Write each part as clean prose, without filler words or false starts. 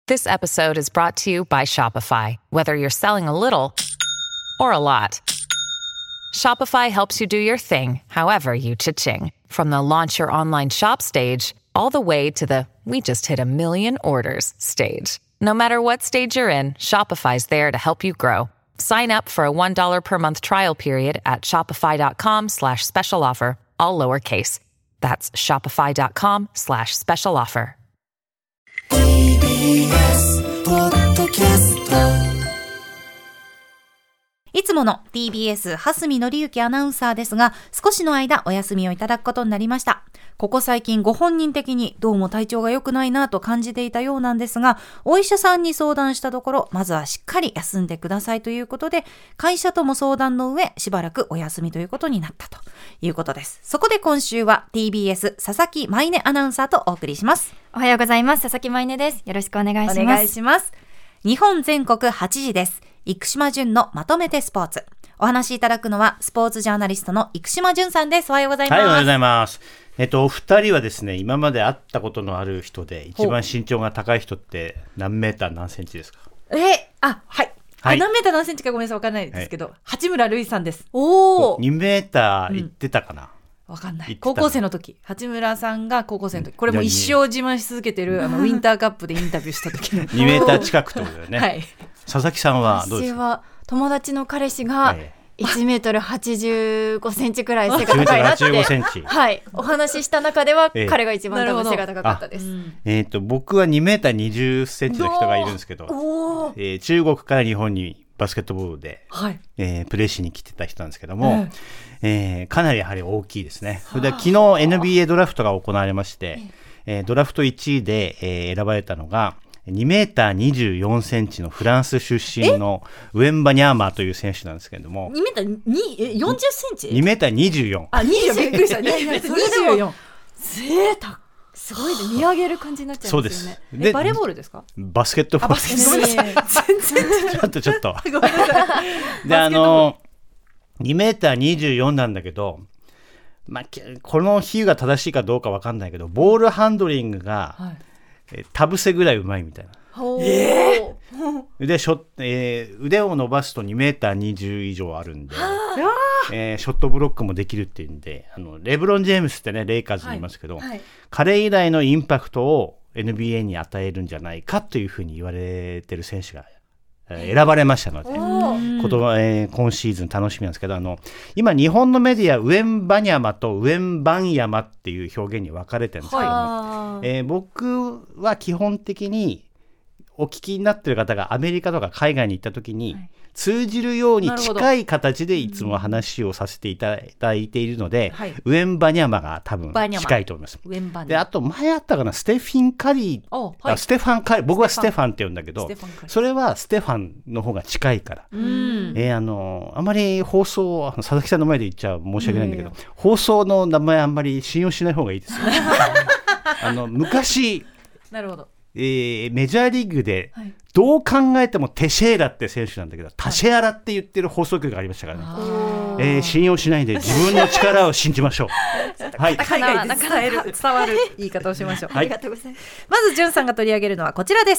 This episode is brought to you by Shopify. Whether you're selling a little or a lot, Shopify helps you do your thing, however you cha-ching. From the launch your online shop stage, all the way to the we just hit 1 million orders stage. No matter what stage you're in, Shopify's there to help you grow. Sign up for a $1 per month trial period at shopify.com/special offer, all lowercase. That's shopify.com/special offer. TBS ポッドキャスト、 いつもの TBS 蓮見紀之アナウンサーですが、少しの間お休みをいただくことになりました。ここ最近ご本人的にどうも体調が良くないなと感じていたようなんですが、お医者さんに相談したところ、まずはしっかり休んでくださいということで、会社とも相談の上しばらくお休みということになったということです。そこで今週は TBS 佐々木舞音アナウンサーとお送りします。 おはようございます。佐々木舞音です。よろしくお願いします。 お願いします。日本全国8時です。生島淳のまとめてスポーツ。お話しいただくのはスポーツジャーナリストの生島淳さんです。おはようございます。 はい、おはようございます。お二人はですね、今まで会ったことのある人で一番身長が高い人って何メーター何センチですか？ はい、何メーター何センチかごめんなさい、分からないですけど、八村塁さんです。 おお、2メーターいってたかな、 分かんない。高校生の時、八村さんが高校生の時、これも一生自慢し続けてるウィンターカップでインタビューした時の 2メーター近くってことだよね。 はい。 佐々木さんはどうですか？ 私は友達の彼氏が1メートル85センチくらい背が高いなって、はい、お話しした中では彼が一番多分背が高かったです。 僕は2メーター20センチの人がいるんですけど、中国から日本にバスケットボールで、プレーしに来てた人なんですけども、かなりやはり大きいですね。それで昨日 NBA ドラフトが行われまして、ドラフト1位で、選ばれたのが2メーター24センチのフランス出身のウエンバニャーマーという選手なんですけれども、 2メーター40センチ？ 2メーター24。 あ、24、びっくりした。24。 すごいで見上げる感じになっちゃうんですよね。 そうです。 バレーボールですか？ バスケットボールです。 全然ちょっとごめんなさい。で、2メーター24なんだけど、この比喩が正しいかどうか分かんないけど、ボールハンドリングが、田臥ぐらいうまいみたいな。腕を伸ばすと2メーター20以上あるんで、ショットブロックもできるっていうんで、レブロン・ジェームスってね、レイカーズにいますけど、彼以来のインパクトを NBA に与えるんじゃないかというふうに言われてる選手が選ばれましたので、今シーズン楽しみなんですけど、今日本のメディアウエンバニャマとウエンバンヤマっていう表現に分かれてるんですけども、僕は基本的にお聞きになってる方がアメリカとか海外に行った時に通じるように近い形でいつも話をさせていただいているので、ウエンバニャマが多分近いと思います。で、あと前あったかな、ステファン・カリー、僕はステファンって言うんだけど、それはステファンの方が近いから、あまり放送、佐々木さんの前で言っちゃ申し訳ないんだけど、放送の名前あんまり信用しない方がいいですよ。昔、なるほど、メジャーリーグでどう考えてもテシェーラって選手なんだけど、タシェアラって言ってる放送局がありましたからね、信用しないで自分の力を信じましょう。 海外で伝わる言い方をしましょう。ありがとうございます。まず淳さんが取り上げるのはこちらです。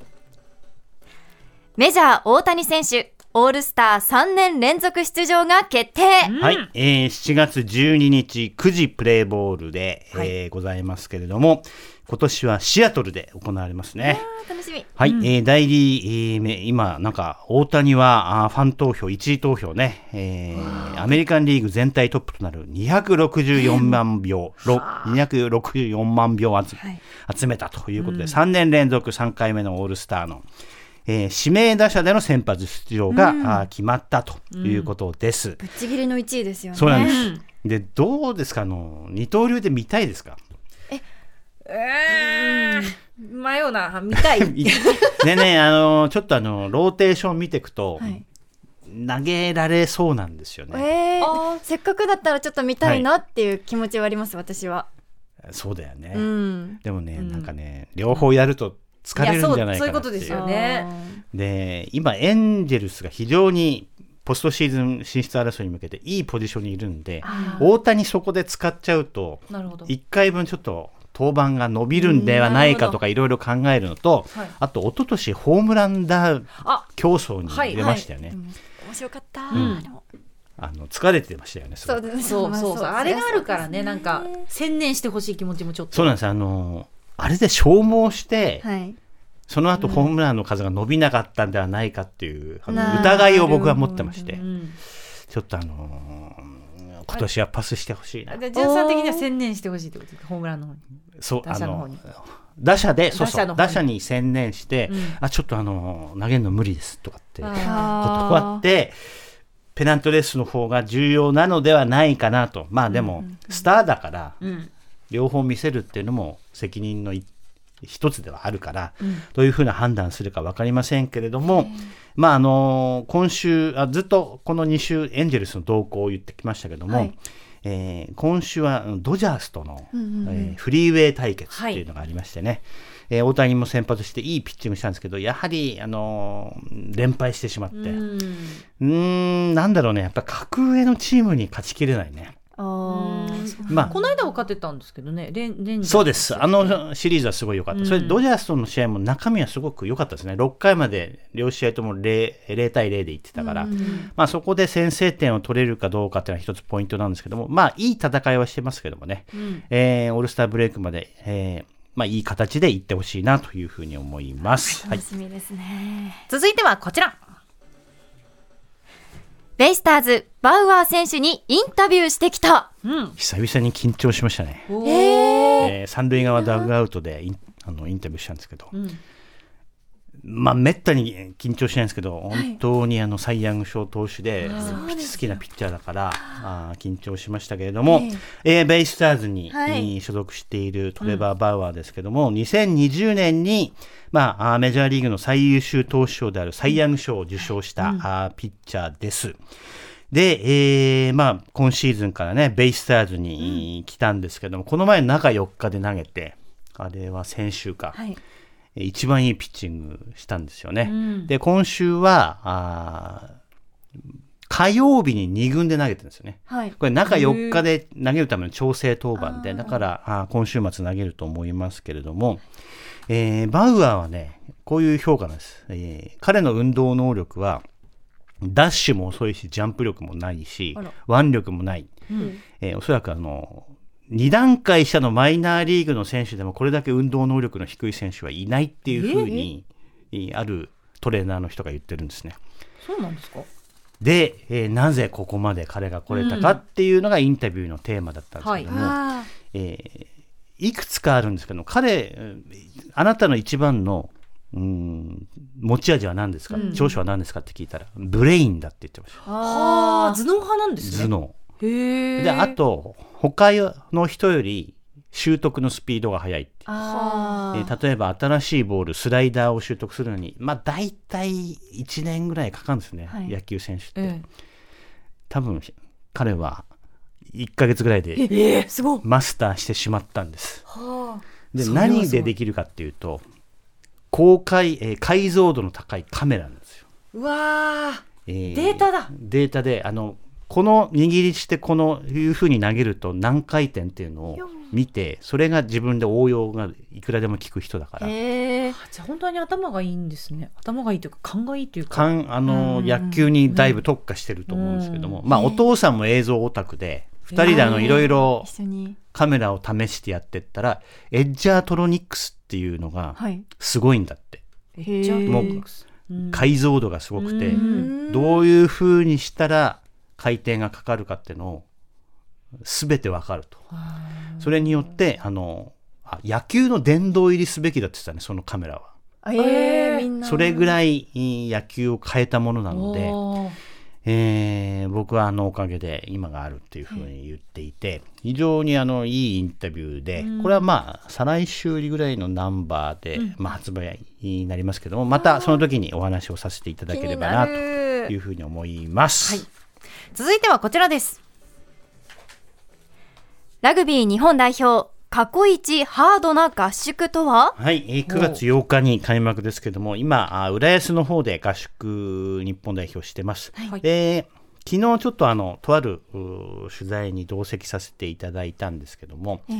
メジャー大谷選手オールスター3年連続出場が決定。 はい、7月12日9時プレーボールで、ございますけれども、今年はシアトルで行われますね。 楽しみ。 はい、代理、今なんか大谷はファン投票1位投票ね、アメリカンリーグ全体トップとなる264万票264万票集めたということで、3年連続3回目のオールスターの指名打者での先発出場が、決まったということです。 ぶっちぎりの1位ですよね。 そうなんです。で、どうですか、二刀流で見たいですか？ 迷うな、見たい。 でね、ちょっとローテーション見ていくと、投げられそうなんですよね。 せっかくだったらちょっと見たいなっていう気持ちはあります、私は。 そうだよね。でもね、なんかね、両方やると疲れるんじゃないかなっていう。そういうことですよね。で、今エンジェルスが非常にポストシーズン進出争いに向けていいポジションにいるんで、大谷そこで使っちゃうと1回分ちょっと登板が伸びるんではないかとかいろいろ考えるのと、あと一昨年ホームランダー競争に出ましたよね。 面白かった。 疲れてましたよね。 そうあれがあるからね、なんか専念してほしい気持ちもちょっと。 そうなんです。あれで消耗して、その後ホームランの数が伸びなかったんではないかっていう疑いを僕は持ってまして、ちょっと今年はパスしてほしいな。 じゃあ潤さん的には専念してほしいってことですか、ホームランの方に。 そう、 打者の方に。 打者に専念して、ちょっと投げるの無理ですとかって断って、ペナントレースの方が重要なのではないかなと。まあでも、スターだから、両方見せるっていうのも責任の一つではあるから、どういうふうな判断するか分かりませんけれども、まあ今週ずっとこの2週エンジェルスの動向を言ってきましたけども、今週はドジャースとの、フリーウェイ対決っていうのがありましてね、大谷も先発していいピッチングしたんですけど、やはり連敗してしまって、なんだろうね、やっぱ格上のチームに勝ちきれないね。 この間は勝てたんですけどね。 そうです。シリーズはすごい良かった。それドジャースとの試合も中身はすごく良かったですね。6回まで両試合とも 0対0でいってたから、そこで先制点を取れるかどうかっていうのは一つポイントなんですけども、いい戦いはしてますけどもね、オールスターブレイクまで、いい形でいってほしいなというふうに思います。 楽しみですね。 続いてはこちら。 ベイスターズバウアー選手にインタビューしてきた。 久々に緊張しましたね。三塁側ダグアウトでインタビューしたんですけど、めったに緊張しないんですけど、本当にサイヤング賞投手で好きなピッチャーだから緊張しましたけれども、ベイスターズに所属しているトレバー・バウアーですけども、2020年にメジャーリーグの最優秀投手賞であるサイヤング賞を受賞したピッチャーです。で、今シーズンからねベイスターズに来たんですけども、この前中4日で投げて、あれは先週か、一番いいピッチングしたんですよね。で今週は火曜日に2軍で投げてるんですよね。これ中4日で投げるための調整登板で、だから今週末投げると思いますけれども、バウアーはねこういう評価なんです。彼の運動能力はダッシュも遅いしジャンプ力もないし腕力もない、おそらく2段階下のマイナーリーグの選手でもこれだけ運動能力の低い選手はいないっていうふうに、あるトレーナーの人が言ってるんですね。 そうなんですか。 で、なぜここまで彼が来れたかっていうのがインタビューのテーマだったんですけども、いくつかあるんですけど、あなたの一番の持ち味は何ですか、長所は何ですかって聞いたらブレインだって言ってました。 頭脳派なんですね。 頭脳で、あと他の人より習得のスピードが速いって。例えば新しいボールスライダーを習得するのにだいたい1年ぐらいかかるんですね、野球選手って。多分彼は1ヶ月ぐらいでマスターしてしまったんです。で何でできるかっていうと解像度の高いカメラなんですよ。 うわー、データだ。 データでこの握りしてこのいう風に投げると何回転っていうのを見て、それが自分で応用がいくらでも効く人だから。 じゃあ本当に頭がいいんですね。頭がいいというか勘がいいというか、 野球にだいぶ特化してると思うんですけども、お父さんも映像オタクで2人でいろいろカメラを試してやってったら、エッジャートロニックスっていうのがすごいんだって。もう解像度がすごくて、どういう風にしたら回転がかかるかっていうのを全て分かると。それによって野球の殿堂入りすべきだって言ってたね、そのカメラは。みんなそれぐらい野球を変えたものなので、僕はおかげで今があるっていうふうに言っていて、非常にいいインタビューで、これは再来週ぐらいのナンバーで、発売になりますけども、またその時にお話をさせていただければなというふうに思います。 続いてはこちらです。 ラグビー日本代表過去一ハードな合宿とは。 9月8日に開幕ですけども、今浦安の方で合宿日本代表してます。昨日ちょっととある取材に同席させていただいたんですけども、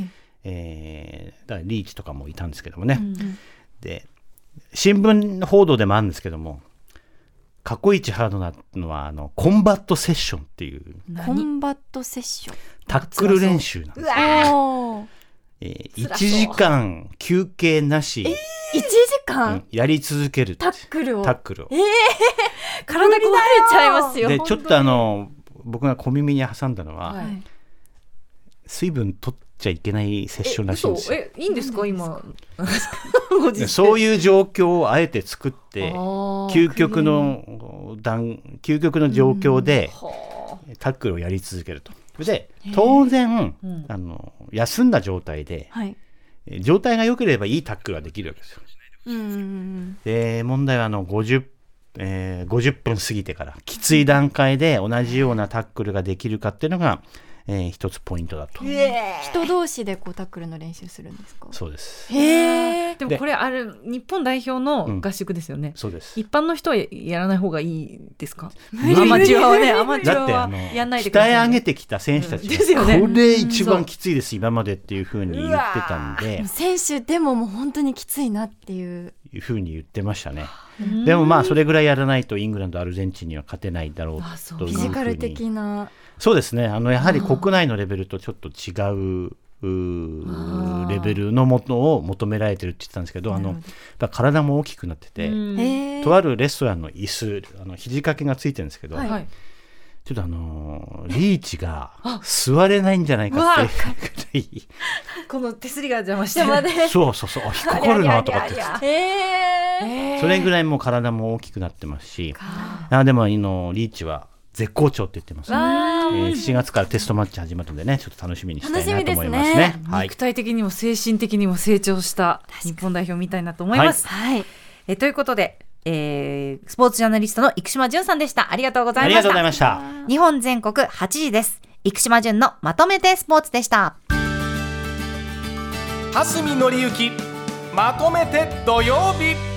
だからリーチとかもいたんですけどもね、で新聞報道でもあるんですけども、過去一ハードなのはコンバットセッションっていうコンバットセッションタックル練習なんですよ。1時間休憩なし、 1時間、 やり続けるタックルを体壊れちゃいますよ。 でちょっと僕が小耳に挟んだのは、水分取っちゃいけないセッションらしいんですよ。 いいんですか今そういう状況をあえて作って究極の状況でタックルをやり続けると。で当然、休んだ状態で、状態が良ければいいタックルができるわけですよ。で問題は50分過ぎてからきつい段階で同じようなタックルができるかっていうのが、一つポイントだと。 人同士でこうタックルの練習するんですか？ そうです。 でもこれ日本代表の合宿ですよね。 そうです。 一般の人はやらない方がいいですか？アマチュアはやんないでくださいね。 鍛え上げてきた選手たちが、これ一番きついです今までっていう風に言ってたんで、 選手でももう本当にきついなっていう風に言ってましたね。でもまあそれぐらいやらないとイングランドアルゼンチンには勝てないだろうというフィジカル的な。 そうですね。やはり国内のレベルとちょっと違うレベルのものを求められてるって言ってたんですけど、体も大きくなってて、とあるレストランの椅子肘掛けがついてるんですけど、ちょっとリーチが座れないんじゃないかっていうくらいこの手すりが邪魔してる。 そう引っかかるなとかってそれぐらいもう体も大きくなってますし、でもリーチは絶好調って言ってます。7月からテストマッチ始まるのでね、ちょっと楽しみにしたいなと思いますね。 肉体的にも精神的にも成長した日本代表みたいなと思います。ということで、スポーツジャーナリストの生島淳さんでした。ありがとうございました。 ありがとうございました。 日本全国8時です。生島淳のまとめてスポーツでした。 蓮見紀之まとめて土曜日。